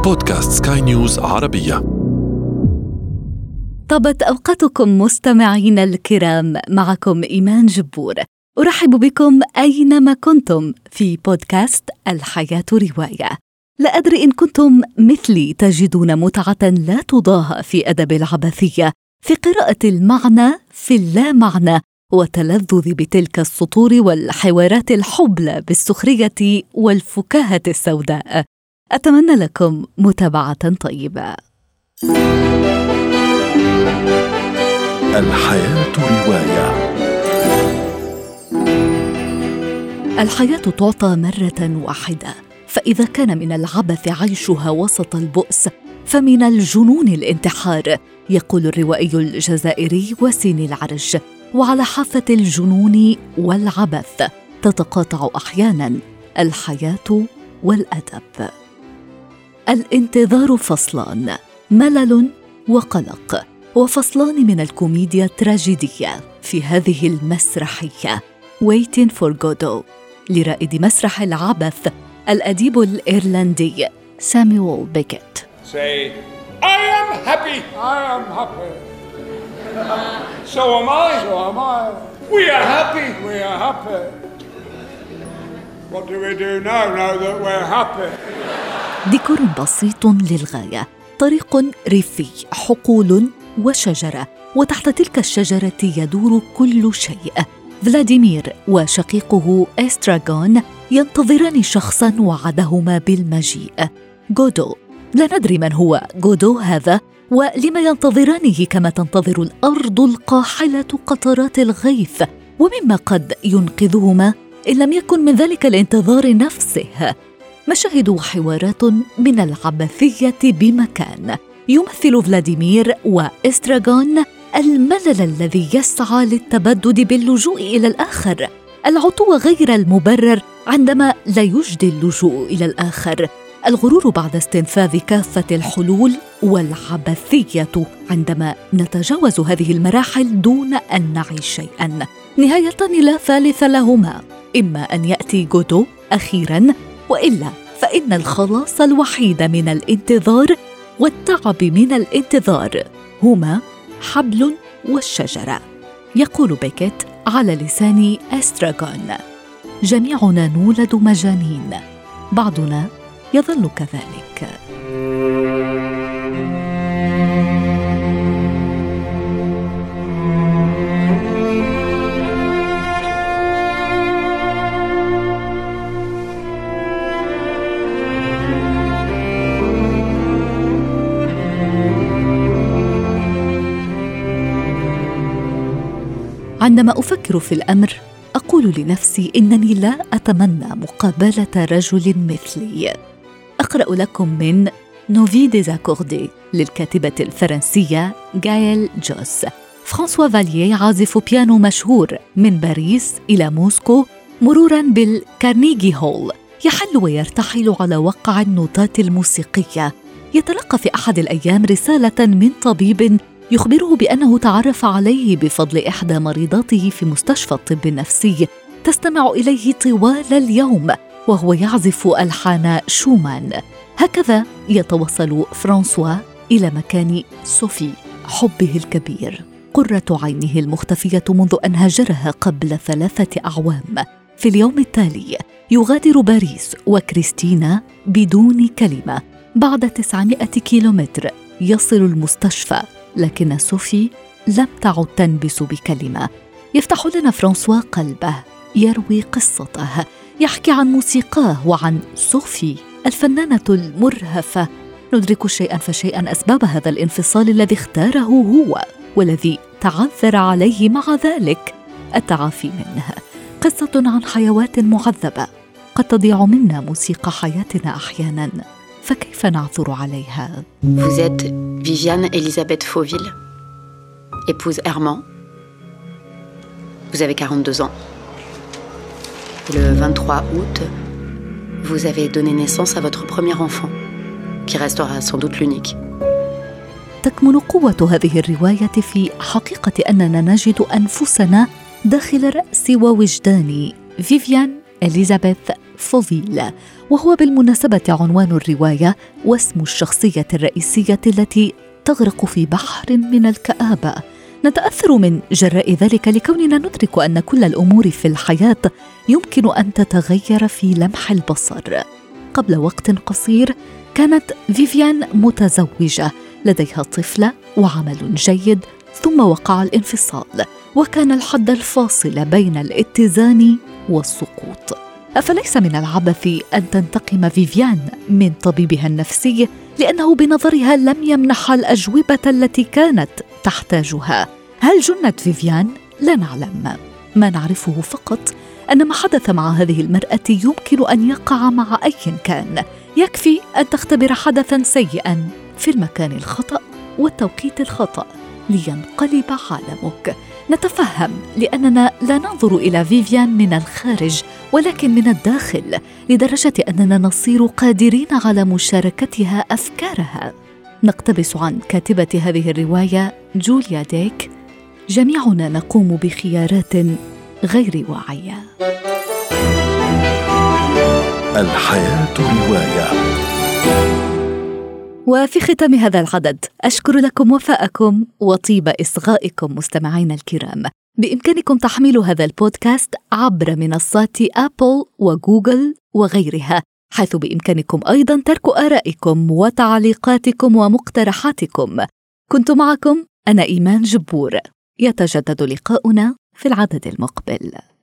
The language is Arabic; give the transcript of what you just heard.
بودكاست سكاي نيوز عربية. طابت أوقاتكم مستمعين الكرام، معكم إيمان جبور. أرحب بكم أينما كنتم في بودكاست الحياة رواية. لا أدري إن كنتم مثلي تجدون متعة لا تضاهى في أدب العبثية، في قراءة المعنى في اللامعنى، وتلذذ بتلك السطور والحوارات الحبلى بالسخرية والفكاهة السوداء. أتمنى لكم متابعة طيبة. الحياة رواية. الحياة تعطى مرة واحدة، فإذا كان من العبث عيشها وسط البؤس، فمن الجنون الانتحار، يقول الروائي الجزائري وسيم العرج. وعلى حافة الجنون والعبث تتقاطع أحياناً الحياة والأدب. الانتظار فصلان، ملل وقلق، وفصلان من الكوميديا التراجيدية في هذه المسرحية Waiting for Godot لرائد مسرح العبث الأديب الإيرلندي سامويل بيكيت. Say, I am happy. I am happy. So am I. So am I. We are happy. We are happy. What do we do now that we're happy? ديكور بسيط للغاية، طريق ريفي، حقول وشجرة، وتحت تلك الشجرة يدور كل شيء. فلاديمير وشقيقه إستراغون ينتظران شخصاً وعدهما بالمجيء، غودو. لا ندري من هو غودو هذا، ولما ينتظرانه كما تنتظر الأرض القاحلة قطرات الغيث، ومما قد ينقذهما إن لم يكن من ذلك الانتظار نفسه. مشاهد وحوارات من العبثية بمكان. يمثل فلاديمير وإستراغون الملل الذي يسعى للتبدد باللجوء إلى الآخر، العتو غير المبرر عندما لا يجدي اللجوء إلى الآخر، الغرور بعد استنفاذ كافة الحلول، والعبثية عندما نتجاوز هذه المراحل دون أن نعي شيئاً. نهاية لا ثالث لهما، إما أن يأتي غودو أخيراً، وإلا فإن الخلاص الوحيد من الانتظار والتعب من الانتظار هما حبل والشجرة. يقول بيكيت على لسان إستراغون: جميعنا نولد مجانين، بعضنا يظل كذلك. عندما أفكر في الأمر أقول لنفسي إنني لا أتمنى مقابلة رجل مثلي. أقرأ لكم من نوفي ديزاكوردي للكاتبة الفرنسية غايل جوس. فرانسوا فالييه عازف بيانو مشهور من باريس إلى موسكو مروراً بالكارنيغي هول، يحل ويرتحل على وقع النوتات الموسيقية. يتلقى في أحد الأيام رسالة من طبيب يخبره بأنه تعرف عليه بفضل إحدى مريضاته في مستشفى الطب النفسي، تستمع إليه طوال اليوم وهو يعزف ألحان شومان. هكذا يتوصل فرانسوا إلى مكان صوفي، حبه الكبير، قرة عينه المختفية منذ أن هاجرها قبل 3 أعوام. في اليوم التالي يغادر باريس وكريستينا بدون كلمة. بعد 900 كيلومتر يصل المستشفى، لكن صوفي لم تعد تنبس بكلمة. يفتح لنا فرانسوا قلبه، يروي قصته، يحكي عن موسيقاه وعن صوفي الفنانة المرهفة. ندرك شيئاً فشيئاً أسباب هذا الانفصال الذي اختاره هو، والذي تعذر عليه مع ذلك التعافي منه. قصة عن حيوات معذبة، قد تضيع منا موسيقى حياتنا أحياناً، فكيف نعثر عليها؟ Vous êtes Viviane Elisabeth Fauville, épouse Herman. Vous avez 42 ans. Et le 23 août, vous avez donné naissance à votre premier enfant, qui restera sans doute l'unique. تكمن قوة هذه الرواية في حقيقة أننا نجد أنفسنا داخل رأس ووجدان فيفيان إليزابيث فوفيل، وهو بالمناسبة عنوان الرواية واسم الشخصية الرئيسية التي تغرق في بحر من الكآبة. نتأثر من جراء ذلك لكوننا ندرك أن كل الأمور في الحياة يمكن أن تتغير في لمح البصر. قبل وقت قصير كانت فيفيان متزوجة، لديها طفلة وعمل جيد، ثم وقع الانفصال، وكان الحد الفاصل بين الاتزان والسقوط. أفليس من العبث أن تنتقم فيفيان من طبيبها النفسي لأنه بنظرها لم يمنحها الأجوبة التي كانت تحتاجها؟ هل جنت فيفيان؟ لا نعلم. ما نعرفه فقط أن ما حدث مع هذه المرأة يمكن أن يقع مع أي كان. يكفي أن تختبر حدثاً سيئاً في المكان الخطأ والتوقيت الخطأ لينقلب عالمك. نتفهم لأننا لا ننظر إلى فيفيان من الخارج ولكن من الداخل، لدرجة أننا نصير قادرين على مشاركتها أفكارها. نقتبس عن كاتبة هذه الرواية جوليا ديك: جميعنا نقوم بخيارات غير واعية. الحياة رواية. وفي ختام هذا العدد أشكر لكم وفاءكم وطيب إصغائكم مستمعينا الكرام. بإمكانكم تحميل هذا البودكاست عبر منصات آبل وجوجل وغيرها، حيث بإمكانكم أيضا ترك آرائكم وتعليقاتكم ومقترحاتكم. كنت معكم أنا إيمان جبور. يتجدد لقاؤنا في العدد المقبل.